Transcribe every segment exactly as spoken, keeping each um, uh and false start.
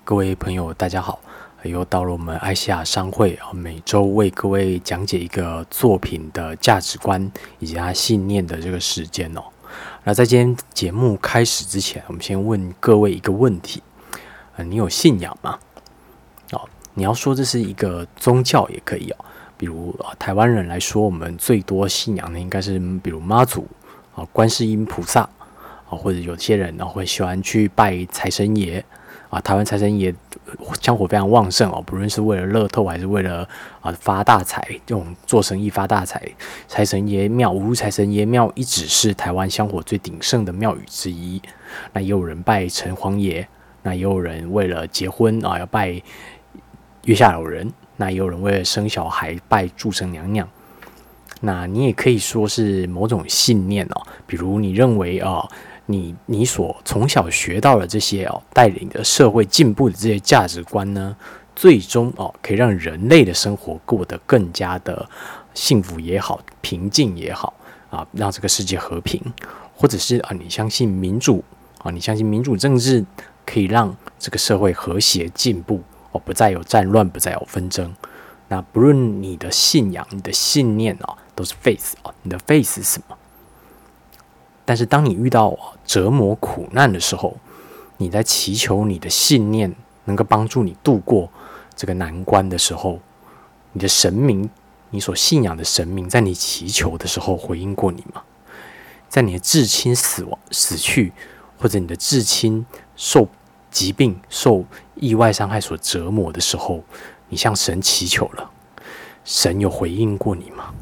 各位朋友，大家好！又到了我们艾西亚商会每周为各位讲解一个作品的价值观以及他信念的这个时间哦。那在今天节目开始之前，我们先问各位一个问题：呃、你有信仰吗？哦，你要说这是一个宗教也可以哦。比如、呃、台湾人来说，我们最多信仰的应该是比如妈祖啊、呃、观世音菩萨啊、呃，或者有些人呢、呃、会喜欢去拜财神爷。啊，台湾财神爷香火非常旺盛哦，不论是为了乐透还是为了啊发大财，这种做生意发大财，财神爷庙、五路财神爷庙一直是台湾香火最鼎盛的庙宇之一。那也有人拜城隍爷，那也有人为了结婚啊要拜月下老人，那也有人为了生小孩拜祝生娘娘。那你也可以说是某种信念哦，比如你认为啊。你你所从小学到的这些哦，带领的社会进步的这些价值观呢，最终哦可以让人类的生活过得更加的幸福也好，平静也好啊，让这个世界和平，或者是啊你相信民主啊，你相信民主政治可以让这个社会和谐进步哦，不再有战乱，不再有纷争。那不论你的信仰、你的信念哦，都是 faith 哦，你的 faith 是什么？但是当你遇到折磨苦难的时候，你在祈求你的信念能够帮助你度过这个难关的时候，你的神明，你所信仰的神明，在你祈求的时候回应过你吗？在你的至亲死亡死去，或者你的至亲受疾病、受意外伤害所折磨的时候，你向神祈求了，神有回应过你吗？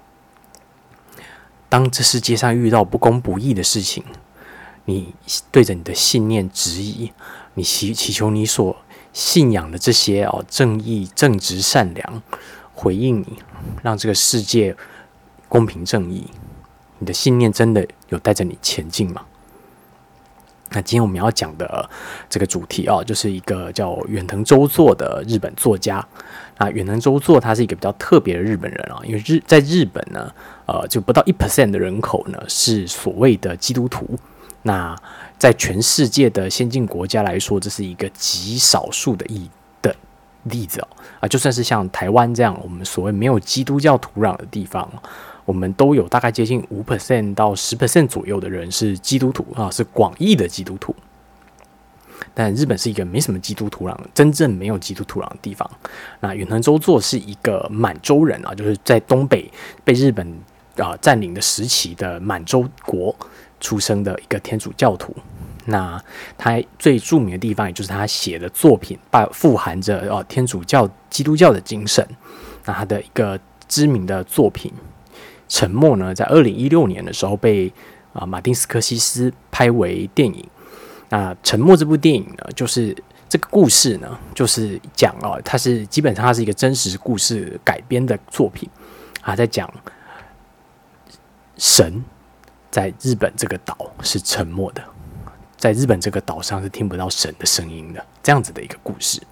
当这世界上遇到不公不义的事情，你对着你的信念质疑，你祈祈求你所信仰的这些哦正义、正直、善良回应你，让这个世界公平正义。你的信念真的有带着你前进吗？那今天我们要讲的这个主题哦，就是一个叫远藤周作的日本作家。那远藤周作他是一个比较特别的日本人啊，因为日在日本呢，呃，就不到一 percent 的人口呢是所谓的基督徒。那在全世界的先进国家来说，这是一个极少数的一的例子哦。啊，就算是像台湾这样，我们所谓没有基督教土壤的地方，我们都有大概接近五 percent 到十 percent 左右的人是基督徒啊，是广义的基督徒。但日本是一个没什么基督土壤，真正没有基督土壤的地方。那远藤周作是一个满洲人啊，就是在东北被日本啊、呃、占领的时期的满洲国出生的一个天主教徒。那他最著名的地方，也就是他写的作品，富含着呃天主教、基督教的精神。那他的一个知名的作品《沉默》呢，在二零一六年的时候被啊、呃、马丁斯科西斯拍为电影。那《沉默》这部电影呢，就是这个故事呢，就是讲哦，它是基本上它是一个真实故事改编的作品啊，在讲神在日本这个岛是沉默的，在日本这个岛上是听不到神的声音的，这样子的一个故事。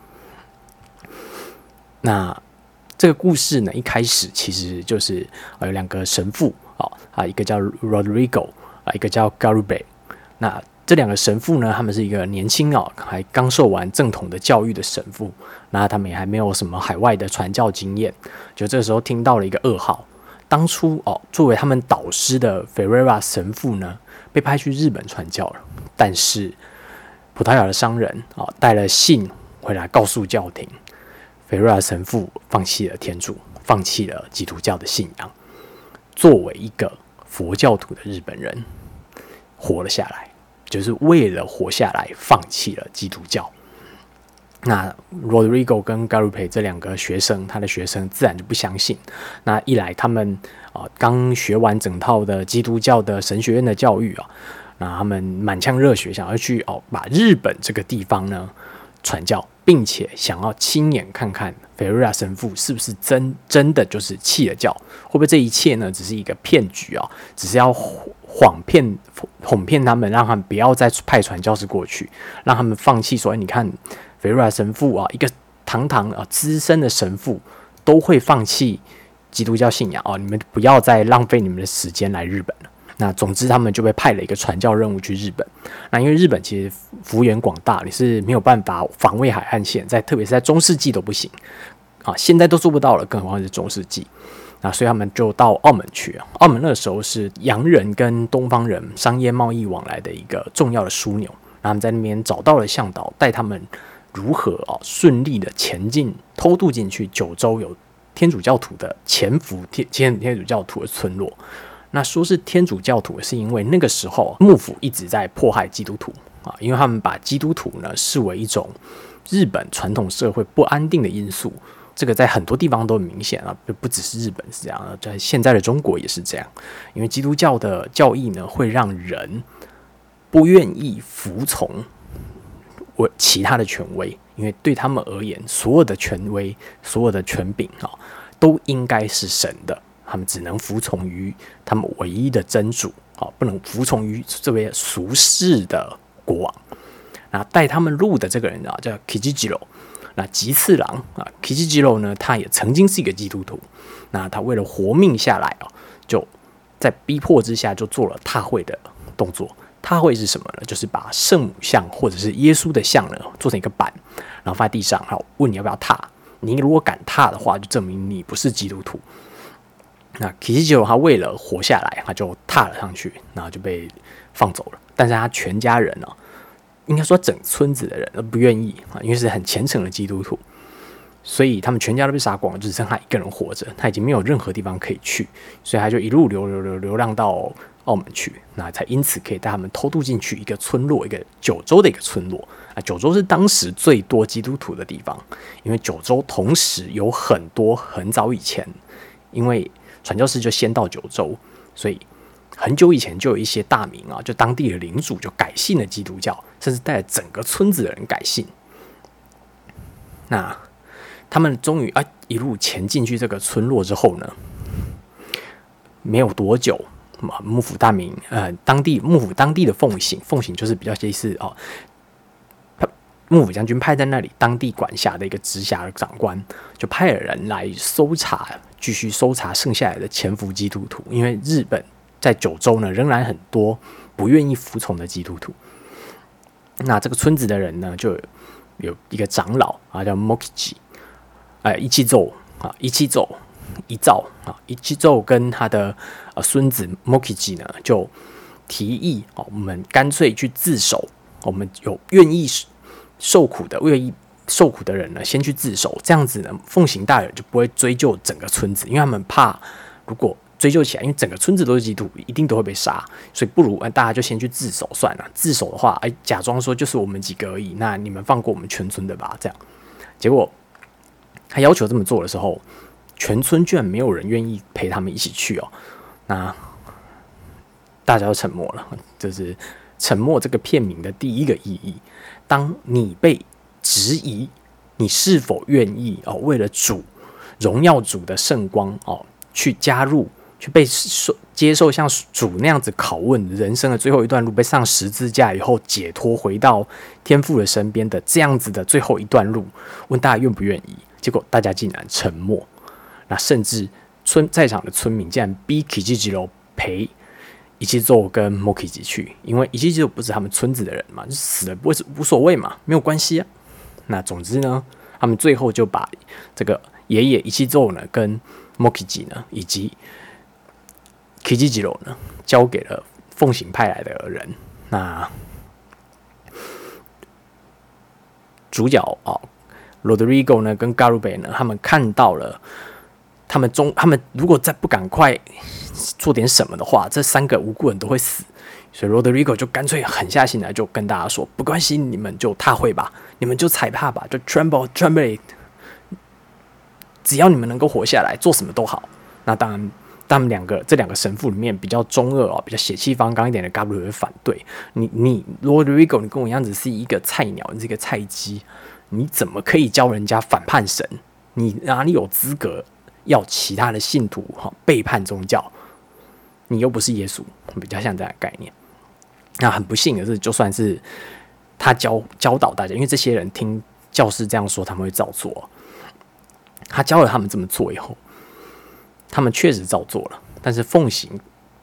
那这个故事呢，一开始其实就是有两个神父哦啊，一个叫 Rodrigo 啊，一个叫 Garube。那这两个神父呢，他们是一个年轻哦，还刚受完正统的教育的神父，那他们也还没有什么海外的传教经验。就这个时候听到了一个噩耗，当初哦，作为他们导师的 Ferreira 神父呢，被派去日本传教了。但是葡萄牙的商人哦，带了信回来告诉教廷， Ferreira 神父放弃了天主，放弃了基督教的信仰，作为一个佛教徒的日本人活了下来。就是为了活下来，放弃了基督教。那 Rodrigo 跟 Garube 这两个学生，他的学生自然就不相信。那一来，他们啊刚学完整套的基督教的神学院的教育啊，那他们满腔热血，想要去哦把日本这个地方呢传教，并且想要亲眼看看 Ferreira 神父是不是真真的就是弃了教，会不会这一切呢只是一个骗局啊？只是要谎骗、哄骗他们，让他们不要再派传教士过去，让他们放弃说：“哎，你看 Ferreira 神父啊，一个堂堂啊资深的神父都会放弃基督教信仰哦，你们不要再浪费你们的时间来日本了。” 那总之，他们就被派了一个传教任务去日本。那因为日本其实幅员广大，你是没有办法防卫海岸线，在特别是在中世纪都不行啊，现在都做不到了，更何况是中世纪。那所以他们就到澳门去啊。澳门那时候是洋人跟东方人商业贸易往来的一个重要的枢纽。那他们在那边找到了向导，带他们如何啊顺利的前进，偷渡进去九州有天主教徒的潜伏天天天主教徒的村落。那说是天主教徒，是因为那个时候幕府一直在迫害基督徒啊，因为他们把基督徒呢视为一种日本传统社会不安定的因素。这个在很多地方都很明显啊，不只是日本是这样，在现在的中国也是这样。因为基督教的教义呢，会让人不愿意服从其他的权威，因为对他们而言，所有的权威、所有的权柄啊，都应该是神的。他们只能服从于他们唯一的真主，不能服从于这位俗世的国王。那带他们入的这个人啊，叫 Kijijiro。那吉次郎啊 ，Kijijiro 呢，他也曾经是一个基督徒。那他为了活命下来啊，就在逼迫之下，就做了踏会的动作。踏会是什么呢？就是把圣母像或者是耶稣的像呢，做成一个板，然后放在地上，好问你要不要踏。你如果敢踏的话，就证明你不是基督徒。那 Kijijiro 他为了活下来，他就踏了上去，然后就被放走了。但是他全家人呢、啊，应该说整村子的人都不愿意啊，因为是很虔诚的基督徒，所以他们全家都被杀光了，就只剩他一个人活着。他已经没有任何地方可以去，所以他就一路流流流流浪到澳门去，那才因此可以带他们偷渡进去一个村落，一个九州的一个村落啊。九州是当时最多基督徒的地方，因为九州同时有很多很早以前，因为传教士就先到九州，所以很久以前就有一些大名啊，就当地的领主就改信了基督教，甚至带了整个村子的人改信。那他们终于啊一路前进去这个村落之后呢，没有多久，幕府大名呃当地幕府当地的奉行奉行就是比较类似哦，幕府将军派在那里当地管辖的一个直辖的长官，就派了人来搜查，继续搜查剩下来的潜伏基督徒，因为日本在九州呢仍然很多不愿意服从的基督徒。那这个村子的人呢，就有一个长老啊，叫 Mokichi， 呃，一七奏啊，一七奏一造啊，一七奏跟他的呃孙子 Mokichi 呢，就提议哦，我们干脆去自首，我们有愿意受苦的、愿意受苦的人呢，先去自首，这样子呢，奉行大人就不会追究整个村子，因为他们怕如果追究起来，因为整个村子都是基督徒，一定都会被杀，所以不如大家就先去自首算了。自首的话，哎，假装说就是我们几个而已，那你们放过我们全村的吧，这样。结果他要求这么做的时候，全村居然没有人愿意陪他们一起去哦。那大家都沉默了，这是沉默这个片名的第一个意义。当你被质疑你是否愿意哦，为了主荣耀主的圣光哦，去加入。去被接受像主那样子拷问人生的最后一段路，被上十字架以后解脱回到天父的身边的这样子的最后一段路，问大家愿不愿意？结果大家竟然沉默。那甚至村在场的村民竟然逼 Kijijiro 陪一七奏跟 Mokichi 去，因为一七奏不是他们村子的人嘛，就死了不会无所谓嘛，没有关系啊。那总之呢，他们最后就把这个爷爷一七奏呢跟 Mokichi 呢以及Kijijiro 呢，交给了奉行派来的人。那主角哦 ，Rodrigo 呢跟 Garube 呢，他们看到了，他们中，他们如果再不赶快做点什么的话，这三个无辜人都会死。所以 Rodrigo 就干脆狠下心来，就跟大家说：不关系，你们就踏会吧，你们就踩踏吧，就 tremble tremble， 只要你们能够活下来，做什么都好。那当然。他们两个这两个神父里面比较中二哦，比较血气方刚一点的 Gabriel 会反对你，你 Rodrigo， 你跟我一样只是一个菜鸟，你是一个菜鸡，你怎么可以教人家反叛神？你哪里有资格要其他的信徒哈背叛宗教？你又不是耶稣，比较像这样的概念。那很不幸的是，就算是他教教导大家，因为这些人听教士这样说，他们会照做。他教了他们这么做以后。他们确实照做了，但是奉行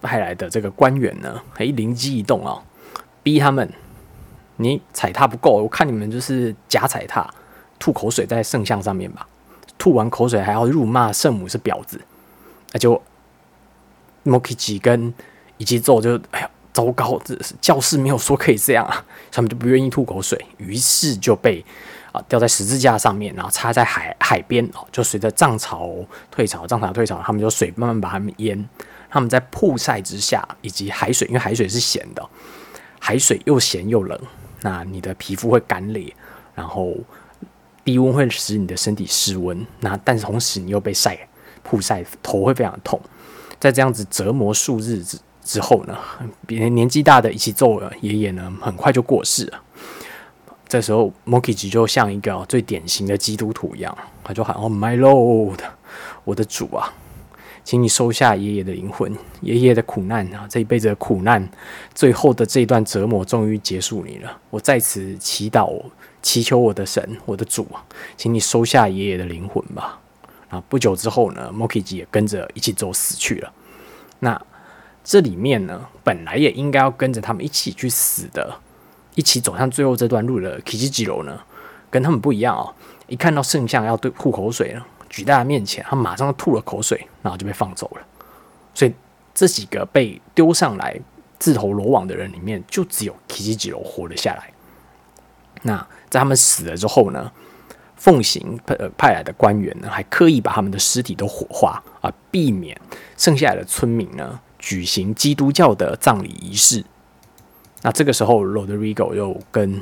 派来的这个官员呢，哎，灵机一动哦，逼他们，你踩踏不够，我看你们就是假踩踏，吐口水在圣像上面吧，吐完口水还要辱骂圣母是婊子，那就 Mokichi 跟以及咒就哎呀糟糕，这教士没有说可以这样啊，他们就不愿意吐口水，于是就被啊吊在十字架上面，然后插在海海边哦，就随着涨潮退潮，涨潮退潮，他们就水慢慢把他们淹。他们在曝晒之下，以及海水，因为海水是咸的，海水又咸又冷，那你的皮肤会干裂，然后低温会使你的身体失温，那但同时你又被晒曝晒，头会非常痛。在这样子折磨数日之之后呢，比年纪大的一起咒爷爷呢，很快就过世了。这时候 Mokichi 就像一个最典型的基督徒一样，他就喊：“哦 ，My Lord， 我的主啊！”请你收下爷爷的灵魂，爷爷的苦难啊，这一辈子的苦难，最后的这一段折磨终于结束你了。我在此祈祷，祈求我的神，我的主啊，请你收下爷爷的灵魂吧。啊，不久之后呢 ，Mokichi 也跟着一起走死去了。那这里面呢，本来也应该要跟着他们一起去死的，一起走上最后这段路的 Kijijiro 呢，跟他们不一样哦。一看到圣像要对吐口水了。举在他面前，他马上吐了口水，然后就被放走了。所以这几个被丢上来自投罗网的人里面，就只有 Kijijiro 活了下来。那在他们死了之后呢，奉行派来的官员呢，还刻意把他们的尸体都火化啊，避免剩下来的村民呢举行基督教的葬礼仪式。那这个时候 ，Rodrigo 又跟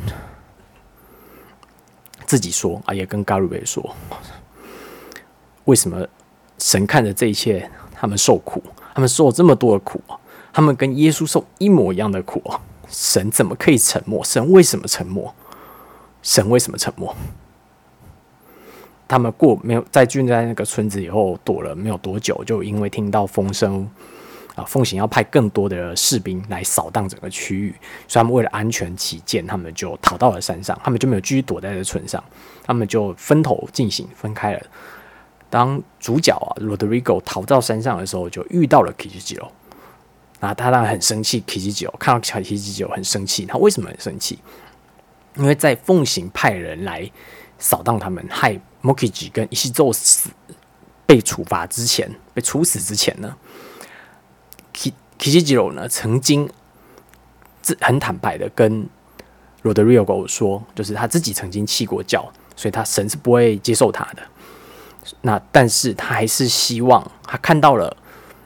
自己说啊，也跟 Garube 说。为什么神看着这一切，他们受苦，他们受了这么多的苦，他们跟耶稣受一模一样的苦，神怎么可以沉默？神为什么沉默？神为什么沉默？他们过没有在聚在那个村子以后躲了没有多久，就因为听到风声啊，奉行要派更多的士兵来扫荡整个区域，所以他们为了安全起见，他们就逃到了山上，他们就没有继续躲在这村上，他们就分头进行，分开了。当主角啊 Rodrigo 逃到山上的时候，就遇到了 Kijijiro， 那他当然很生气。Kijijiro 看到 Kijijiro 很生气，他为什么很生气？因为在奉行派人来扫荡他们，害 Mokichi 跟 Ishizo 死被处罚之前，被处死之前呢 ，Kijijiro 呢曾经很坦白的跟 Rodrigo 说，就是他自己曾经弃过教，所以他神是不会接受他的。那但是他还是希望他看到了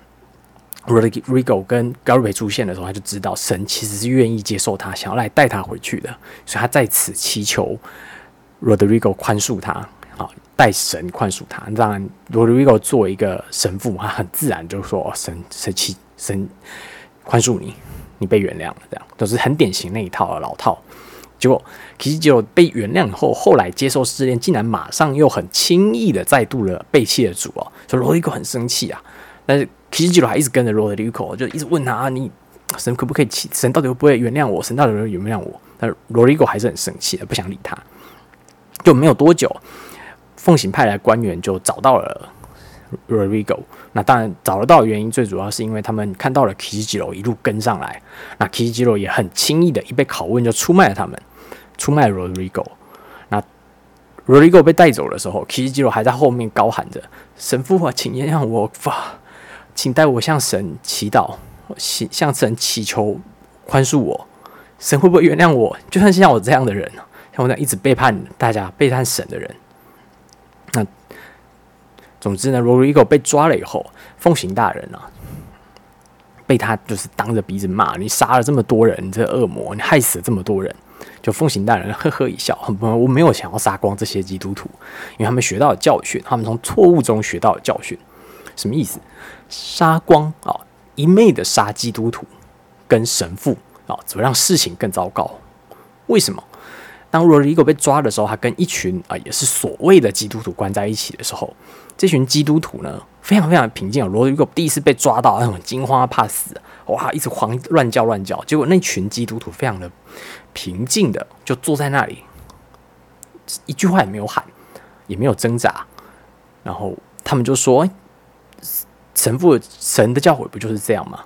Rodrigo 跟 Garube 出现的时候，他就知道神其实是愿意接受他，想要来带他回去的，所以他在此祈求 Rodrigo 宽恕他，啊，带神宽恕他。当然 Rodrigo 作为一个神父，他很自然就说：“哦、神神祈神宽恕你，你被原谅了。”这样都是很典型那一套的老套。结果 Kijijiro 被原谅以后，后来接受试炼，竟然马上又很轻易的再度了背弃了主哦，所以 Rodrigo 很生气啊。但是 Kijijiro 还一直跟着 Rodrigo， 就一直问他：啊、你神可不可以？神到底会不会原谅我？神到底会原谅我？但 Rodrigo 还是很生气的，不想理他。就没有多久，奉行派来的官员就找到了 Rodrigo。那当然找得到的原因，最主要是因为他们看到了 Kijijiro 一路跟上来，那 Kijijiro 也很轻易的一被拷问就出卖了他们，出卖了 Rodrigo。那 Rodrigo 被带走的时候 ，Kijijiro 还在后面高喊着：“神父啊，请原谅我吧，请带我向神祈祷，向神祈求宽恕我。神会不会原谅我？就算是像我这样的人，像我这样一直背叛大家、背叛神的人。”那总之呢 ，Rodrigo 被抓了以后，奉行大人啊，被他就是当着鼻子骂：“你杀了这么多人，你这恶魔，你害死了这么多人。”就奉行大人呵呵一笑，我没有想要杀光这些基督徒，因为他们学到了教训，他们从错误中学到了教训。什么意思？杀光啊，一昧的杀基督徒跟神父啊，只会让事情更糟糕。为什么？当 Rodrigo 被抓的时候，他跟一群啊也是所谓的基督徒关在一起的时候，这群基督徒呢非常非常的平静。Rodrigo 第一次被抓到，很惊慌怕死，哇，一直狂乱叫乱叫。结果那群基督徒非常的平静的就坐在那里，一句话也没有喊，也没有挣扎。然后他们就说：“神父，神的教诲不就是这样吗？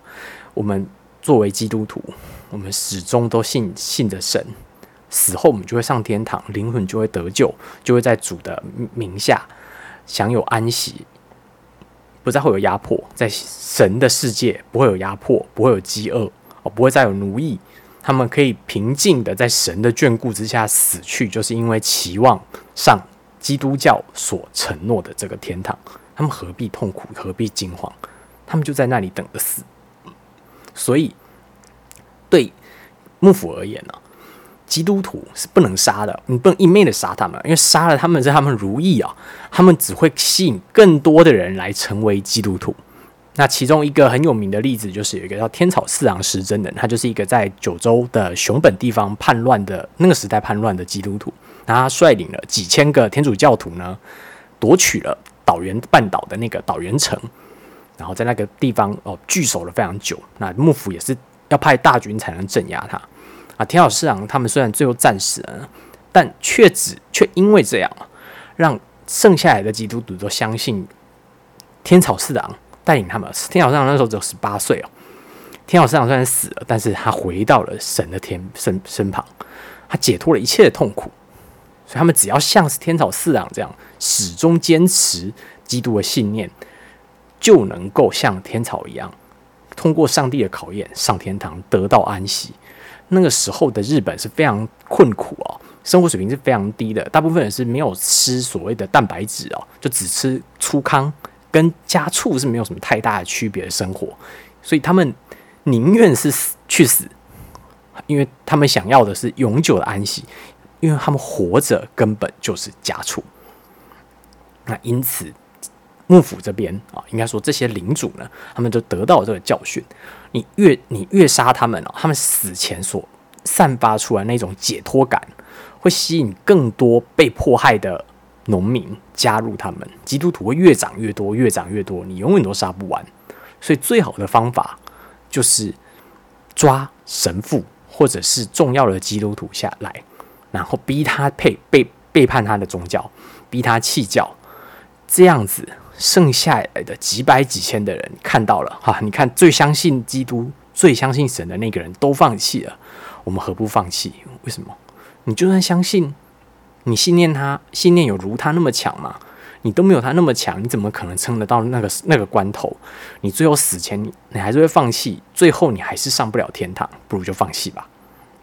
我们作为基督徒，我们始终都信信着神，死后我们就会上天堂，灵魂就会得救，就会在主的名下享有安息，不再会有压迫，在神的世界不会有压迫，不会有饥饿，不会再有奴役，他们可以平静的在神的眷顾之下死去，就是因为期望上基督教所承诺的这个天堂。他们何必痛苦，何必惊慌？他们就在那里等着死。所以对幕府而言呢、啊，基督徒是不能杀的，你不能一昧的杀他们，因为杀了他们是他们如意啊，他们只会吸引更多的人来成为基督徒。那其中一个很有名的例子，就是有一个叫天草四郎时真人，他就是一个在九州的熊本地方叛乱的那个时代叛乱的基督徒，那他率领了几千个天主教徒呢，夺取了岛原半岛的那个岛原城，然后在那个地方哦据守了非常久。那幕府也是要派大军才能镇压他啊。天草四郎他们虽然最后战死了，但却只却因为这样，让剩下来的基督徒都相信天草四郎带领他们。天草四郎那时候只有十八岁哦。天草四郎虽然死了，但是他回到了神的天 身, 身旁，他解脱了一切的痛苦。所以他们只要像是天草四郎这样始终坚持基督的信念，就能够像天草一样，通过上帝的考验上天堂，得到安息。那个时候的日本是非常困苦哦，生活水平是非常低的，大部分人是没有吃所谓的蛋白质哦，就只吃粗糠，跟家畜是没有什么太大的区别的生活。所以他们宁愿是死去死，因为他们想要的是永久的安息。因为他们活着根本就是家畜。那因此幕府这边啊，应该说这些领主呢，他们就得到了这个教训。你越你越杀他们哦，他们死前所散发出来那种解脱感，会吸引更多被迫害的农民加入他们。基督徒会越长越多，越长越多，你永远都杀不完。所以最好的方法就是抓神父或者是重要的基督徒下来，然后逼他背背背叛他的宗教，逼他弃教，这样子剩下来的几百几千的人看到了哈，你看最相信基督、最相信神的那个人都放弃了，我们何不放弃？为什么？你就算相信，你信念他，信念有如他那么强吗？你都没有他那么强，你怎么可能撑得到那个那个关头？你最后死前你，你还是会放弃，最后你还是上不了天堂，不如就放弃吧。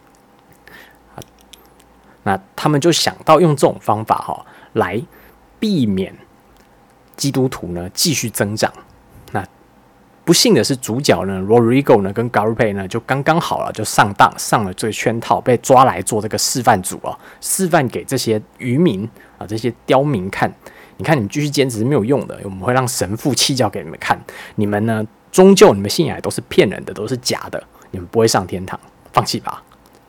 那他们就想到用这种方法哈，来避免基督徒呢继续增长。那不幸的是，主角呢 Rodrigo 呢跟 Garupe 呢就刚刚好了，就上当上了这个圈套，被抓来做这个示范组啊，示范给这些渔民啊、这些刁民看。你看，你们继续坚持是没有用的，我们会让神父弃教给你们看。你们呢，终究你们信仰都是骗人的，都是假的，你们不会上天堂，放弃吧。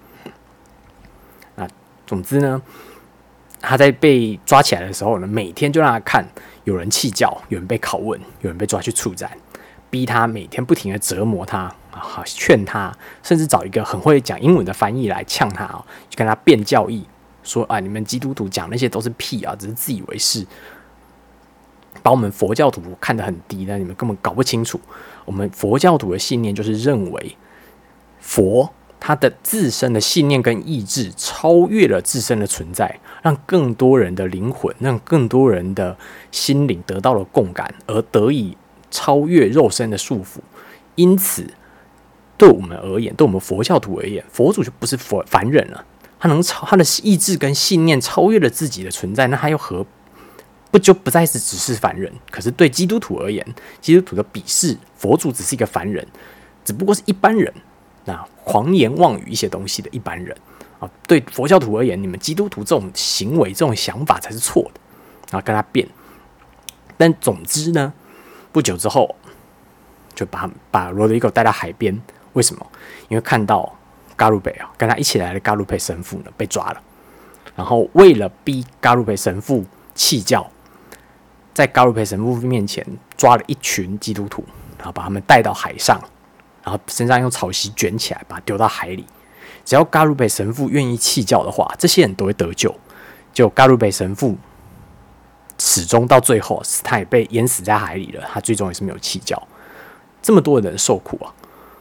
那总之呢，他在被抓起来的时候呢，每天就让他看有人弃教，有人被拷问，有人被抓去处斩，逼他每天不停的折磨他，劝他，甚至找一个很会讲英文的翻译来呛他，就跟他辩教义，说啊，你们基督徒讲那些都是屁啊，只是自以为是。把我们佛教徒看得很低，但你们根本搞不清楚，我们佛教徒的信念就是认为佛他的自身的信念跟意志超越了自身的存在，让更多人的灵魂，让更多人的心灵得到了共感，而得以超越肉身的束缚。因此对我们而言，对我们佛教徒而言，佛祖就不是佛凡人了，他能超他的意志跟信念超越了自己的存在，那他又何不就不再是只是凡人？可是对基督徒而言，基督徒的鄙视佛祖只是一个凡人，只不过是一般人，那狂言妄语一些东西的一般人啊。对佛教徒而言，你们基督徒这种行为、这种想法才是错的，然后跟他辩。但总之呢，不久之后就把把罗德里戈带到海边。为什么？因为看到加鲁贝啊，跟他一起来的加鲁贝神父呢被抓了，然后为了逼加鲁贝神父弃教，在加鲁佩神父面前抓了一群基督徒，然后把他们带到海上，然后身上用草席卷起来，把他丢到海里。只要加鲁佩神父愿意弃教的话，这些人都会得救。就加鲁佩神父始终到最后，他也被淹死在海里了，他最终也是没有弃教。这么多人受苦啊！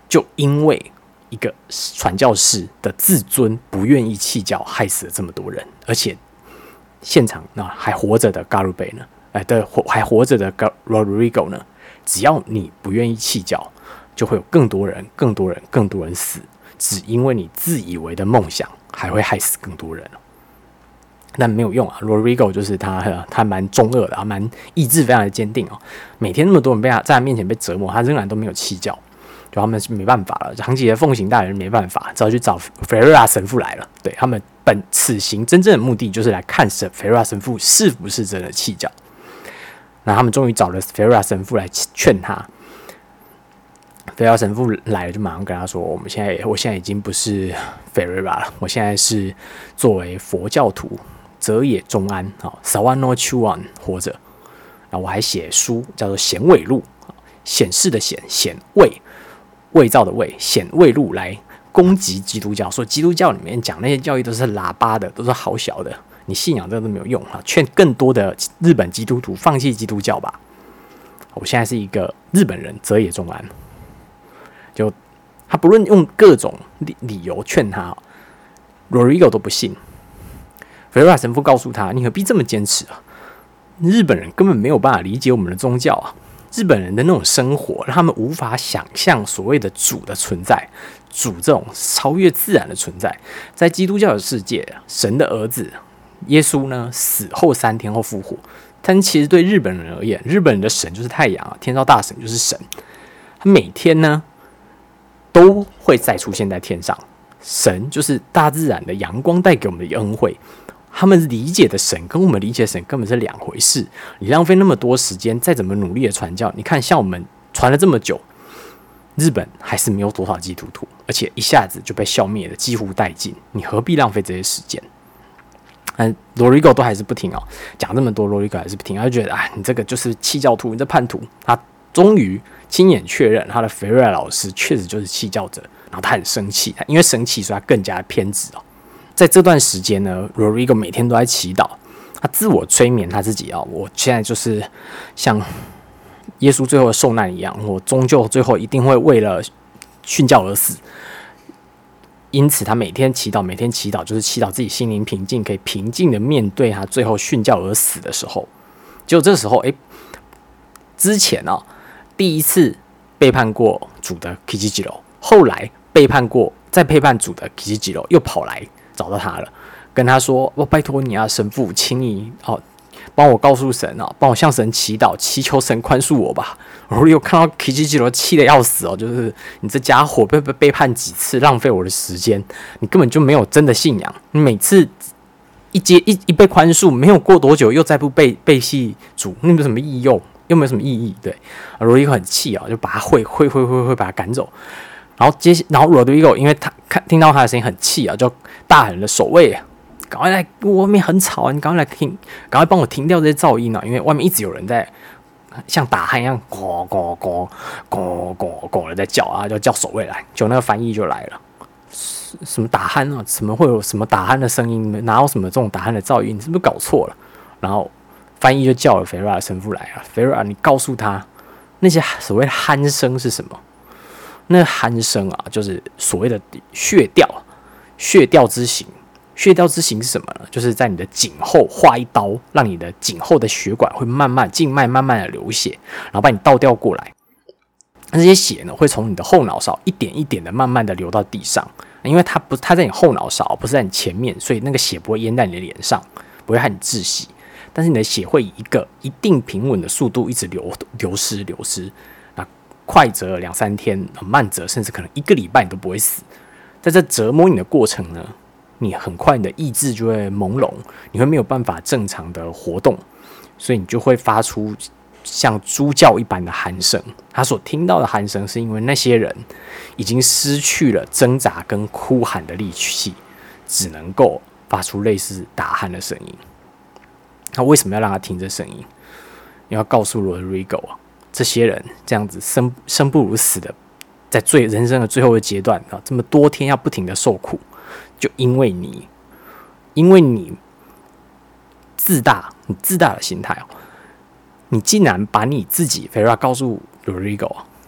就因为一个传教士的自尊不愿意弃教，害死了这么多人，而且现场那还活着的 Garube 呢，哎，对，还活着的 Rodrigo 呢，只要你不愿意弃教，就会有更多人、更多人、更多人死，只因为你自以为的梦想，还会害死更多人。但没有用啊 ，Rodrigo 就是他，他蛮中二的啊，蛮意志非常的坚定哦。每天那么多人被他在他面前被折磨，他仍然都没有弃教，就他们是没办法了。长期的奉行大人没办法，只好去找 Ferreira 神父来了。对他们本此行真正的目的就是来看神 Ferreira 神父是不是真的弃教。那他们终于找了 Ferreira 神父来劝他。Ferreira 神父来了，就马上跟他说：“我们现在，我现在已经不是 Ferreira 了，我现在是作为佛教徒。”泽野中安啊 ，Sawano Chuan 活着，然后我还写书叫做《显伪录》，显示的显，显伪，伪造的伪，显伪录来攻击基督教，说基督教里面讲那些教义都是喇叭的，都是好小的，你信仰这个都没有用啊！劝更多的日本基督徒放弃基督教吧。我现在是一个日本人，泽野中安，就他不论用各种理由劝他 ，Rodrigo 都不信。Ferreira 神父告诉他：“你何必这么坚持啊？日本人根本没有办法理解我们的宗教啊！日本人的那种生活，让他们无法想象所谓的主的存在，主这种超越自然的存在。在基督教的世界，神的儿子耶稣呢，死后三天后复活。但其实对日本人而言，日本人的神就是太阳啊，天照大神就是神，他每天呢都会再出现在天上。神就是大自然的阳光带给我们的恩惠。”他们理解的神跟我们理解的神根本是两回事。你浪费那么多时间，再怎么努力的传教，你看像我们传了这么久，日本还是没有多少基督徒，而且一下子就被消灭了，几乎殆尽。你何必浪费这些时间？嗯 ，Rodrigo 都还是不听哦，讲这么多 ，Rodrigo 还是不听，他就觉得啊，你这个就是弃教徒，你这叛徒。他终于亲眼确认他的 Ferreira 老师确实就是弃教者，然后他很生气，因为生气，所以他更加偏执哦。在这段时间呢 ，Rodrigo 每天都在祈祷，他自我催眠他自己啊、哦，我现在就是像耶稣最后的受难一样，我终究最后一定会为了殉教而死。因此，他每天祈祷，每天祈祷，就是祈祷自己心灵平静，可以平静的面对他最后殉教而死的时候。结果这时候，哎，之前啊、哦，第一次背叛过主的 Kichijiro， 后来背叛过，再背叛主的 Kichijiro 又跑来找到他了，跟他说：“我、哦、拜托你啊，神父，请你哦，帮我告诉神啊，帮我向神祈祷，祈求神宽恕我吧。”然后又看到 Kichijiro 气得要死哦，就是你这家伙被背叛几次，浪费我的时间，你根本就没有真的信仰。你每次一接一一被宽恕，没有过多久又再不背背弃主，那有什么意用？又没有什么意义。对 ，Rodrigo 很气啊、哦，就把他会会会会会把他赶走。然后接，然后 Rodrigo 因为他看听到他的声音很气啊，就大喊了：“守卫，赶快来！外面很吵啊，你赶快来听，赶快帮我停掉这些噪音啊！因为外面一直有人在像打鼾一样，咕咕咕咕咕咕的在叫啊，就叫守卫来。就那个翻译就来了，什么打鼾啊？怎么会有什么打鼾的声音？哪有什么这种打鼾的噪音？你是不是搞错了？”然后翻译就叫了 Ferreira 神父来了 ，Ferreira， 你告诉他那些所谓的鼾声是什么？那鼾声啊，就是所谓的血调，血调之刑。血调之刑是什么呢？就是在你的颈后划一刀，让你的颈后的血管会慢慢静脉慢慢的流血，然后把你倒吊过来。那这些血呢，会从你的后脑勺一点一点的慢慢的流到地上，因为它不它在你后脑勺，不是在你前面，所以那个血不会淹在你的脸上，不会害你窒息。但是你的血会以一个一定平稳的速度一直流流失流失。快则两三天，慢则甚至可能一个礼拜你都不会死。在这折磨你的过程呢，你很快你的意志就会朦胧，你会没有办法正常的活动，所以你就会发出像猪叫一般的鼾声。他所听到的鼾声，是因为那些人已经失去了挣扎跟哭喊的力气，只能够发出类似打鼾的声音。他为什么要让他听这声音？你要告诉 Rodrigo 啊。这些人这样子生生不如死的，在最人生的最后的阶段啊，这么多天要不停的受苦，就因为你，因为你自大，你自大的心态哦，你竟然把你自己 Ferreira 告诉 Rodrigo，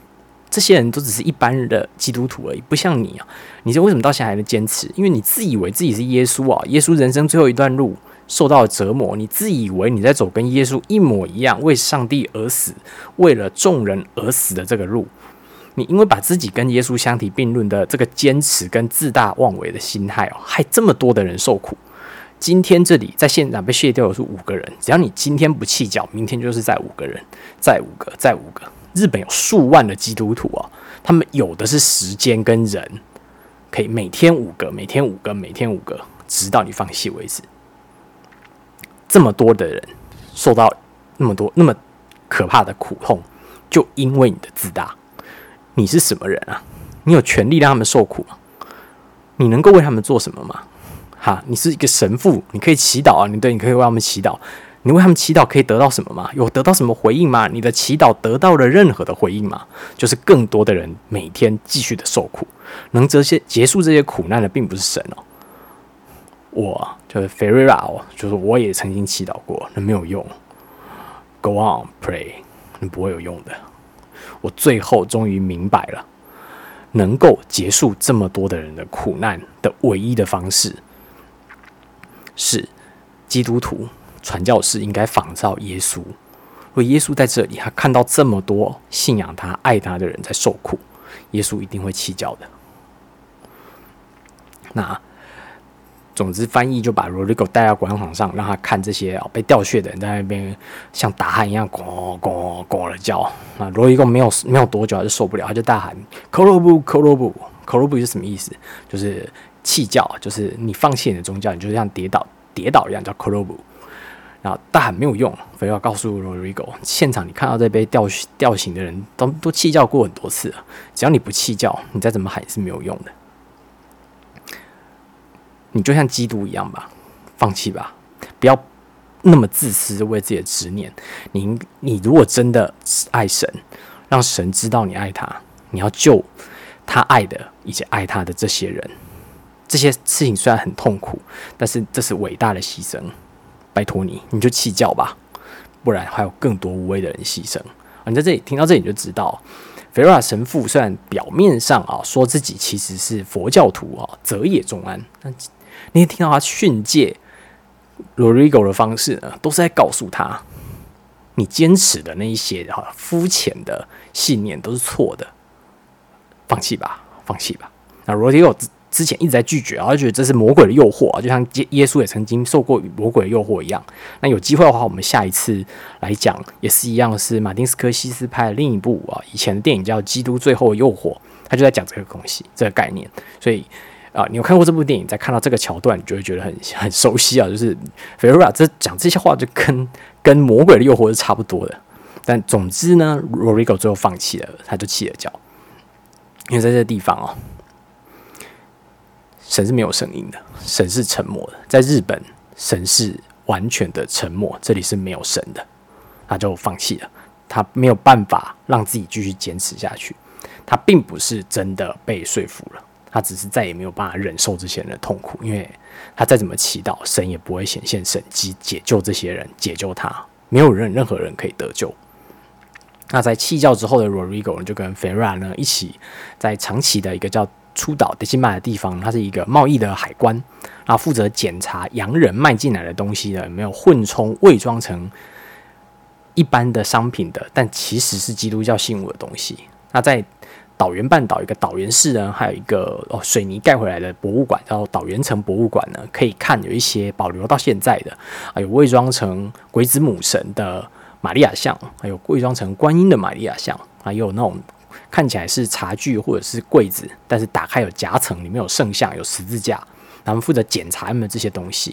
这些人都只是一般的基督徒而已，不像你啊！你这为什么到现在还能坚持？因为你自以为自己是耶稣啊！耶稣人生最后一段路受到了折磨，你自以为你在走跟耶稣一模一样，为上帝而死，为了众人而死的这个路，你因为把自己跟耶稣相提并论的这个坚持跟自大妄为的心态哦，害这么多的人受苦。今天这里在现场被卸掉的是五个人，只要你今天不弃教，明天就是再五个人，再五个，再五个。日本有数万的基督徒啊，他们有的是时间跟人，可以每天五个，每天五个，每天五个，直到你放弃为止。这么多的人受到那么多那么可怕的苦痛，就因为你的自大。你是什么人啊？你有权利让他们受苦吗？你能够为他们做什么吗？哈，你是一个神父，你可以祈祷啊，你对，你可以为他们祈祷。你为他们祈祷可以得到什么吗？有得到什么回应吗？你的祈祷得到了任何的回应吗？就是更多的人每天继续的受苦，能这些结束这些苦难的并不是神哦。我就是 Ferreira 哦，就是我也曾经祈祷过，那没有用。Go on pray， 那不会有用的。我最后终于明白了，能够结束这么多的人的苦难的唯一的方式，是基督徒传教士应该仿照耶稣。如果耶稣在这里，他看到这么多信仰他、爱他的人在受苦，耶稣一定会弃教的。那总之，翻译就把 Rodrigo 带到广场上，让他看这些、哦、被吊血的人在那边像大汉一样咣咣咣的叫。那 Rodrigo 没有没有多久他就受不了，他就大喊 “Korobu Korobu Korobu” 是什么意思？就是弃教，就是你放弃你的宗教，你就像跌倒跌倒一样，叫 Korobu。然后大喊没有用，非要告诉 Rodrigo， 现场你看到这被吊吊刑的人都都弃教过很多次了，只要你不弃教，你再怎么喊是没有用的。你就像基督一样吧，放弃吧，不要那么自私，为自己的执念。你你如果真的爱神，让神知道你爱他，你要救他爱的以及爱他的这些人。这些事情虽然很痛苦，但是这是伟大的牺牲。拜托你，你就弃教吧，不然还有更多无谓的人牺牲。啊、你在这里听到这里你就知道。Ferreira 神父虽然表面上啊说自己其实是佛教徒啊，泽野重安，但你听到他训诫 Rodrigo 的方式呢，都是在告诉他，你坚持的那一些啊肤浅的信念都是错的，放弃吧，放弃吧。那 Rodrigo 之前一直在拒绝，然后觉得这是魔鬼的诱惑啊，就像耶稣也曾经受过魔鬼的诱惑一样。那有机会的话，我们下一次来讲，也是一样，是马丁斯科西斯拍的另一部啊，以前的电影叫《基督最后的诱惑》，他就在讲这个东西，这个概念。所以啊、呃，你有看过这部电影，再看到这个桥段，你就会觉得很很熟悉啊。就是 Ferreira 这讲这些话，就跟跟魔鬼的诱惑是差不多的。但总之呢 ，Rodrigo 最后放弃了，他就弃了教，因为在这个地方哦。神是没有声音的，神是沉默的。在日本，神是完全的沉默，这里是没有神的，他就放弃了。他没有办法让自己继续坚持下去。他并不是真的被说服了，他只是再也没有办法忍受这些人的痛苦，因为他再怎么祈祷，神也不会显现神迹解救这些人，解救他，没有人任何人可以得救。那在弃教之后的 Rodrigo 就跟 Ferreira 呢一起在长崎的一个叫出岛德西玛的地方，它是一个贸易的海关，然后负责检查洋人卖进来的东西呢有没有混充伪装成一般的商品的，但其实是基督教信物的东西。那在岛原半岛一个岛原市呢，还有一个、哦、水泥盖回来的博物馆，叫岛原城博物馆呢，可以看有一些保留到现在的，还有伪装成鬼子母神的玛利亚像，还有伪装成观音的玛利亚像，还有那种看起来是茶具或者是柜子，但是打开有夹层，里面有圣像，有十字架，他们负责检查他们这些东西。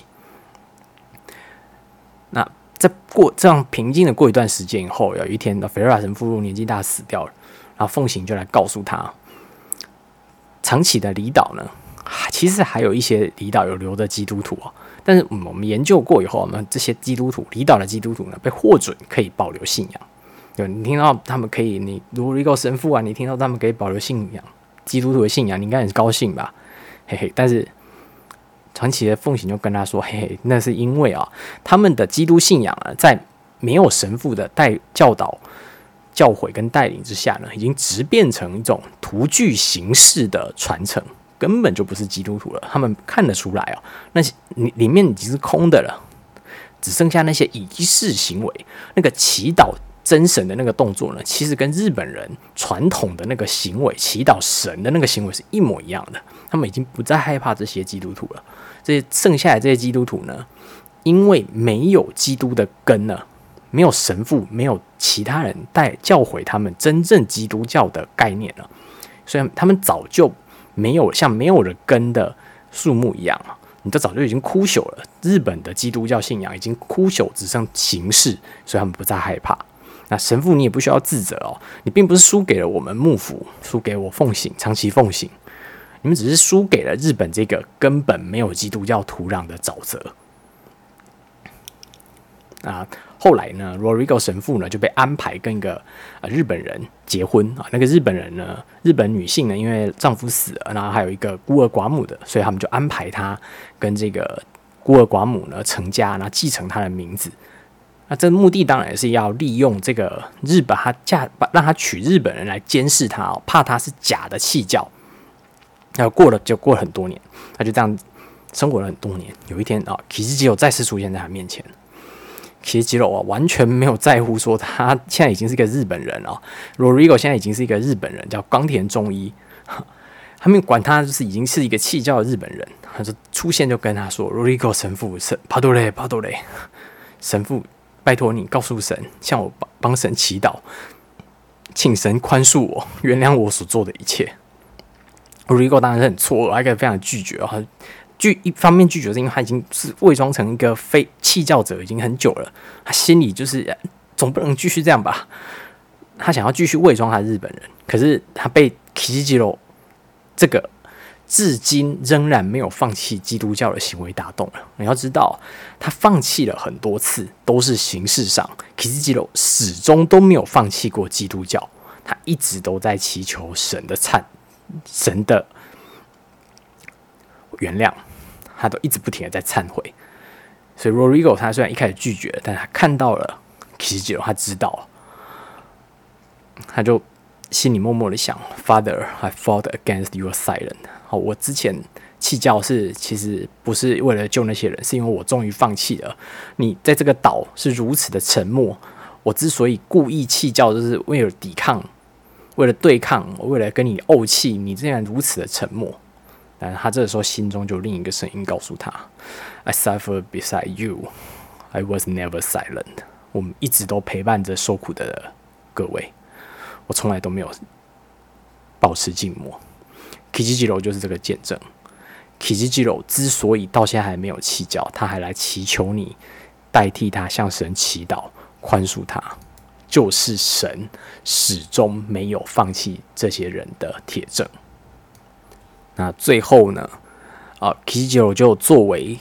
那在过这样平静的过一段时间以后，有一天的 Ferreira 神父年纪大死掉了，然后奉行就来告诉他，长崎的离岛呢，其实还有一些离岛有留的基督徒啊，但是我们研究过以后，我们这些基督徒离岛的基督徒呢，被获准可以保留信仰。对，你听到他们可以，你如果一个神父啊，你听到他们可以保留信仰，基督徒的信仰，你应该很高兴吧？嘿嘿，但是长崎的奉行就跟他说，嘿嘿，那是因为啊，他们的基督信仰啊，在没有神父的带教导教诲跟带领之下呢，已经直变成一种徒具形式的传承，根本就不是基督徒了。他们看得出来哦，那里面已经是空的了，只剩下那些仪式行为，那个祈祷真神的那个动作呢，其实跟日本人传统的那个行为，祈祷神的那个行为是一模一样的。他们已经不再害怕这些基督徒了。这些剩下来这些基督徒呢，因为没有基督的根了。没有神父，没有其他人带教诲他们真正基督教的概念了，所以他们早就没有像没有了根的树木一样，你都早就已经枯朽了。日本的基督教信仰已经枯朽，只剩形式，所以他们不再害怕。那神父你也不需要自责哦，你并不是输给了我们幕府，输给我奉行，长期奉行，你们只是输给了日本这个根本没有基督教土壤的沼泽啊。后来呢 ，Rodrigo 神父呢就被安排跟一个、呃、日本人结婚啊。那个日本人呢，日本女性呢，因为丈夫死了，然后还有一个孤儿寡母的，所以他们就安排她跟这个孤儿寡母呢成家，然后继承她的名字。那这目的当然是要利用这个日本，她嫁让她娶日本人来监视她哦，怕她是假的弃教。然后过了就过了很多年，她就这样生活了很多年。有一天啊，Kishijiro再次出现在她面前。其实吉罗啊，完全没有在乎说他现在已经是一个日本人了。Rodrigo 现在已经是一个日本人，叫冈田忠一，他们管他就是已经是一个弃教的日本人。他就出现就跟他说 ：“Rodrigo 神父，神帕多雷帕多雷，神父，拜托你告诉神，向我帮神祈祷，请神宽恕我，原谅我所做的一切。”Rodrigo 当然是很错愕，还可以非常拒绝啊。拒一方面拒绝是因为他已经是伪装成一个非弃教者已经很久了，他心里就是总不能继续这样吧，他想要继续伪装他是日本人，可是他被 Kishijiro 这个至今仍然没有放弃基督教的行为打动了。你要知道，他放弃了很多次，都是形式上 ，Kishijiro 始终都没有放弃过基督教，他一直都在祈求神的忏，神的原谅。他都一直不停的在忏悔，所以 Rodrigo 他虽然一开始拒绝了，但他看到了 Kishijiro， 他知道，他就心里默默的想 ：“Father, I fought against your silence。好，我之前弃教是其实不是为了救那些人，是因为我终于放弃了。你在这个岛是如此的沉默，我之所以故意弃教，就是为了抵抗，为了对抗，为了跟你怄气，你竟然如此的沉默。”但他这个时候心中就有另一个声音告诉他 ：“I suffer beside you, I was never silent。我们一直都陪伴着受苦的各位，我从来都没有保持静默。Kishijiro 就是这个见证。Kishijiro 之所以到现在还没有弃教，他还来祈求你代替他向神祈祷，宽恕他，就是神始终没有放弃这些人的铁证。”那最后呢，啊 ，Kishijiro 就作为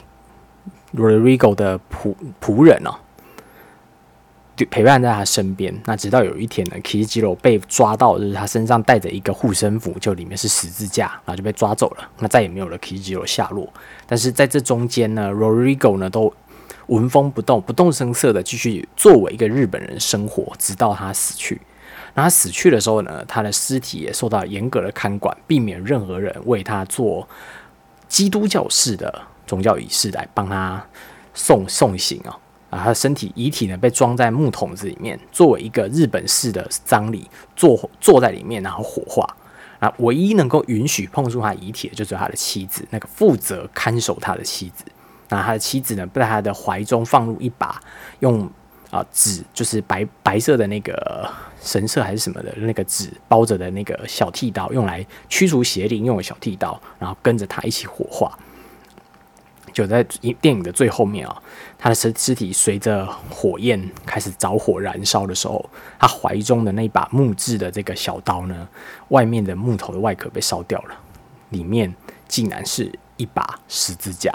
Rodrigo 的仆仆人哦，陪伴在他身边。那直到有一天呢 ，Kishijiro 被抓到，就是他身上带着一个护身符，就里面是十字架，然后就被抓走了。那再也没有了 Kishijiro 下落。但是在这中间呢 ，Rodrigo 呢都纹风不动、不动声色的继续作为一个日本人生活，直到他死去。那他死去的时候呢，他的尸体也受到严格的看管，避免任何人为他做基督教式的宗教仪式来帮他送送行啊。啊，他的身体遗体呢被装在木桶子里面，作为一个日本式的葬礼，坐坐在里面，然后火化。那唯一能够允许碰触他遗体的，就是他的妻子，那个负责看守他的妻子。那他的妻子呢，在他的怀中放入一把用啊纸，就是白白色的那个神社还是什么的那个纸包着的那个小剃刀，用来驱除邪灵用的小剃刀，然后跟着他一起火化。就在电影的最后面啊，他的尸尸体随着火焰开始着火燃烧的时候，他怀中的那把木质的这个小刀呢，外面的木头的外壳被烧掉了，里面竟然是一把十字架。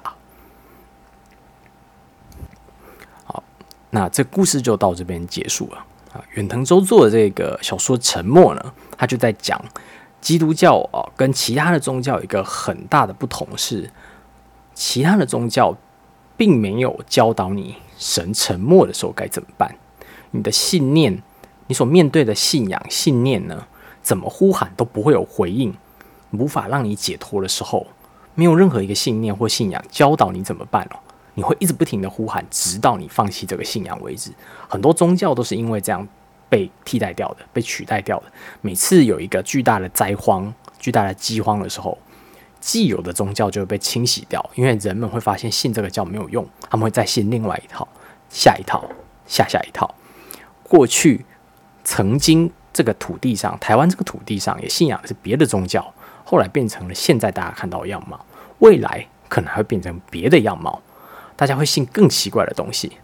好，那这故事就到这边结束了啊。远藤周作的这个小说《沉默》呢，他就在讲基督教啊跟其他的宗教有一个很大的不同是。其他的宗教并没有教导你神沉默的时候该怎么办，你的信念、 你所面对的信仰信念呢，怎么呼喊都不会有回应，无法让你解脱的时候，没有任何一个信念或信仰教导你怎么办哦。你会一直不停的呼喊，直到你放弃这个信仰为止。很多宗教都是因为这样被替代掉的，被取代掉的。每次有一个巨大的灾荒、巨大的饥荒的时候，既有的宗教就会被清洗掉，因为人们会发现信这个教没有用，他们会再信另外一套、下一套、下下一套。过去曾经这个土地上，台湾这个土地上也信仰的是别的宗教，后来变成了现在大家看到的样貌，未来可能还会变成别的样貌。大家会信更奇怪的东西。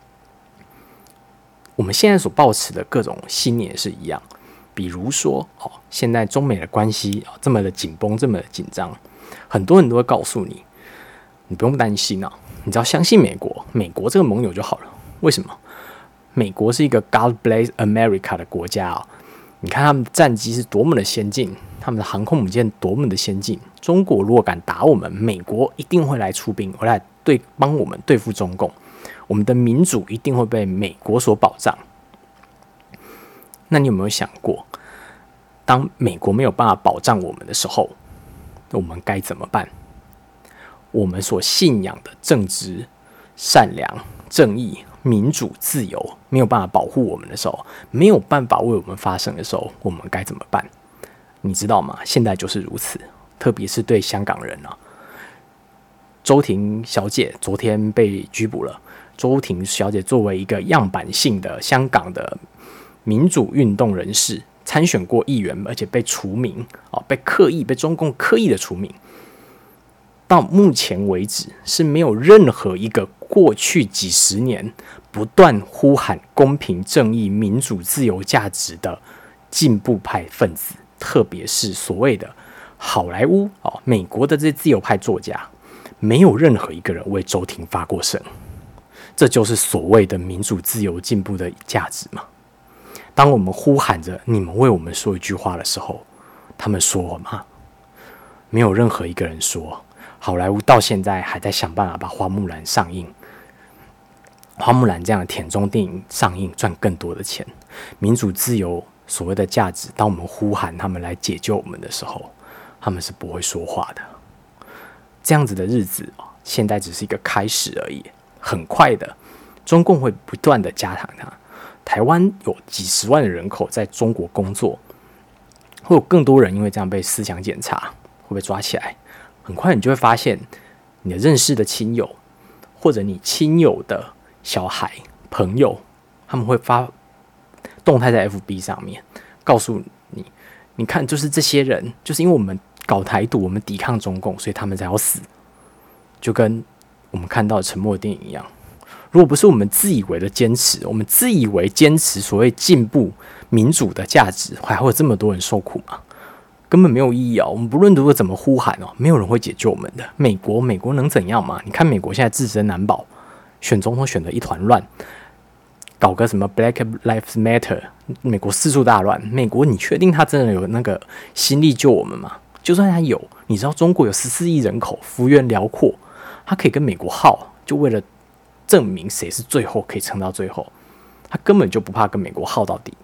我们现在所抱持的各种信念也是一样，比如说，哦，现在中美的关系，哦，这么的紧绷，这么的紧张，很多人都会告诉你，你不用担心啊，你只要相信美国，美国这个盟友就好了。为什么？美国是一个 God bless America 的国家啊，你看他们的战机是多么的先进，他们的航空母舰多么的先进。中国如果敢打我们，美国一定会来出兵，回来对帮我们对付中共。我们的民主一定会被美国所保障。那你有没有想过，当美国没有办法保障我们的时候，我们该怎么办？我们所信仰的正直、善良、正义、民主、自由没有办法保护我们的时候，没有办法为我们发声的时候，我们该怎么办？你知道吗？现在就是如此，特别是对香港人啊。周庭小姐昨天被拘捕了。周庭小姐作为一个样板性的香港的民主运动人士，参选过议员，而且被除名，哦，被刻意被中共刻意的除名。到目前为止，是没有任何一个过去几十年不断呼喊公平、正义、民主、自由价值的进步派分子，特别是所谓的好莱坞、哦、美国的这些自由派作家，没有任何一个人为周庭发过声。这就是所谓的民主、自由、进步的价值嘛？当我们呼喊着你们为我们说一句话的时候，他们说吗？没有任何一个人说。好莱坞到现在还在想办法把花木兰上映，花木兰这样的甜中电影上映赚更多的钱。民主、自由所谓的价值，当我们呼喊他们来解救我们的时候，他们是不会说话的。这样子的日子，现在只是一个开始而已。很快的，中共会不断的加强它。台湾有几十万的人口在中国工作，会有更多人因为这样被思想检查，会被抓起来。很快你就会发现，你的认识的亲友，或者你亲友的小孩、朋友，他们会发动态在 F B 上面，告诉你，你看，就是这些人，就是因为我们搞台独，我们抵抗中共，所以他们才要死，就跟我们看到的沉默电影一样。如果不是我们自以为的坚持，我们自以为坚持所谓进步民主的价值，还会有这么多人受苦吗？根本没有意义哦。我们不论如何怎么呼喊哦，没有人会解救我们的。美国，美国能怎样嘛？你看美国现在自身难保，选总统选得一团乱，搞个什么 Black Lives Matter， 美国四处大乱。美国，你确定他真的有那个心力救我们吗？就算他有，你知道中国有十四亿人口，幅员辽阔，他可以跟美国耗，就为了证明谁是最后可以撑到最后，他根本就不怕跟美国耗到底。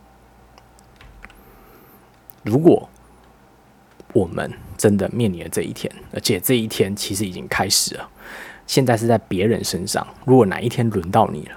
如果我们真的面临了这一天，而且这一天其实已经开始了，现在是在别人身上。如果哪一天轮到你了，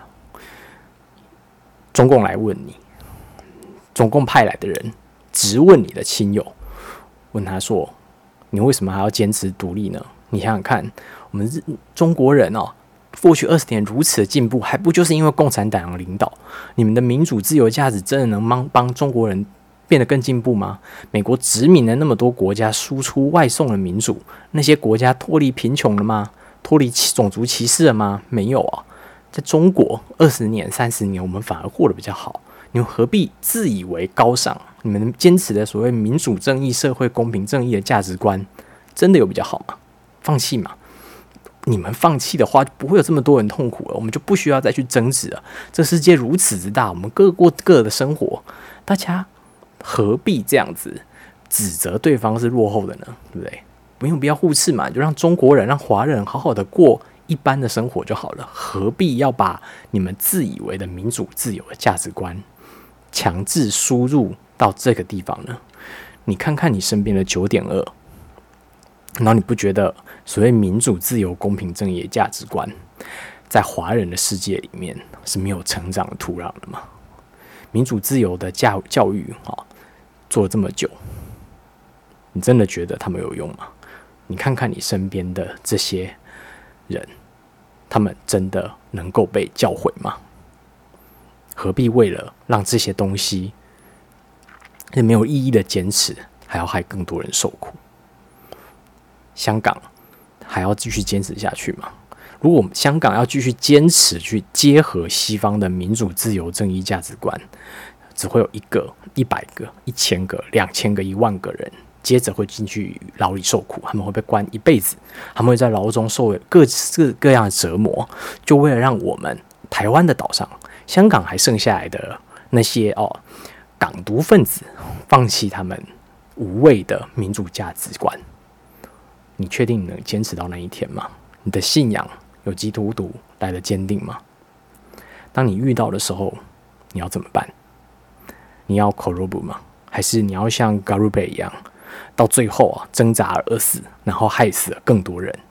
中共来问你，中共派来的人直问你的亲友，问他说：“你为什么还要坚持独立呢？”你想想看，我们中国人哦，过去二十年如此的进步，还不就是因为共产党的领导？你们的民主自由价值真的能帮帮中国人变得更进步吗？美国殖民了那么多国家，输出外送的民主，那些国家脱离贫穷了吗？脱离种族歧视了吗？没有啊。在中国二十年、三十年，我们反而过得比较好。你们何必自以为高尚？你们坚持的所谓民主、正义、社会公平、正义的价值观，真的有比较好吗？放弃嘛。你们放弃的话，就不会有这么多人痛苦了，我们就不需要再去争执了。这世界如此之大，我们各过各的生活，大家何必这样子指责对方是落后的呢？对不对？没有必要互斥嘛，就让中国人、让华人好好的过一般的生活就好了。何必要把你们自以为的民主自由的价值观强制输入到这个地方呢？你看看你身边的 九点二， 然后你不觉得所谓民主、自由、公平、正义的价值观，在华人的世界里面是没有成长的土壤的吗？民主自由的教教育啊，做了这么久，你真的觉得他们有用吗？你看看你身边的这些人，他们真的能够被教诲吗？何必为了让这些东西是没有意义的坚持，还要害更多人受苦？香港还要继续坚持下去吗？如果香港要继续坚持去结合西方的民主、自由、正义价值观，只会有一个、一百个、一千个、两千个、一万个人，接着会进去牢里受苦，他们会被关一辈子，他们会在牢中受各式各样的折磨，就为了让我们台湾的岛上、香港还剩下来的那些哦港独分子，放弃他们无谓的民主价值观。你确定你能坚持到那一天吗？你的信仰有基督徒来的坚定吗？当你遇到的时候，你要怎么办？你要 korobu 吗？还是你要像 Garube 一样，到最后啊挣扎而死，然后害死了更多人？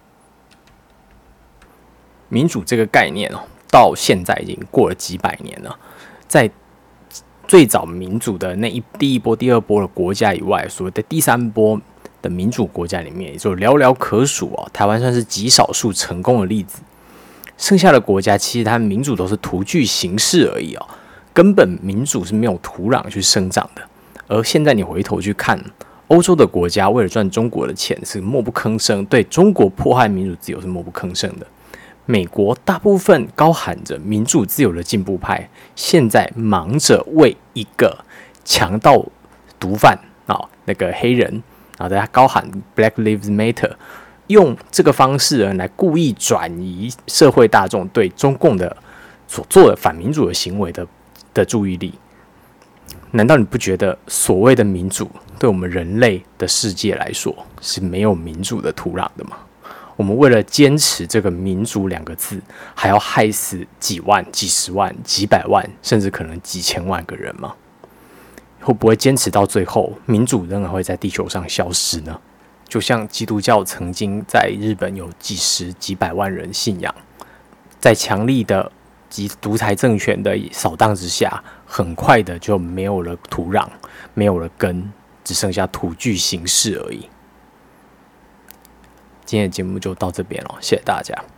民主这个概念哦，到现在已经过了几百年了。在最早民主的那一第一波、第二波的国家以外，所谓的第三波的民主国家里面，也就寥寥可数哦。台湾算是极少数成功的例子。剩下的国家其实它民主都是徒具形式而已哦，根本民主是没有土壤去生长的。而现在你回头去看，欧洲的国家为了赚中国的钱是默不吭声，对中国迫害民主自由是默不吭声的。美国大部分高喊着民主自由的进步派，现在忙着为一个强盗毒贩啊、哦，那个黑人啊，大家高喊 Black Lives Matter， 用这个方式来故意转移社会大众对中共的所做的反民主的行为的的注意力。难道你不觉得所谓的民主对我们人类的世界来说是没有民主的土壤的吗？我们为了坚持这个民主两个字，还要害死几万、几十万、几百万，甚至可能几千万个人吗？会不会坚持到最后，民主仍然会在地球上消失呢？就像基督教曾经在日本有几十、几百万人信仰，在强力的及独裁政权的扫荡之下，很快的就没有了土壤，没有了根，只剩下徒具形式而已。今天的节目就到这边了，谢谢大家。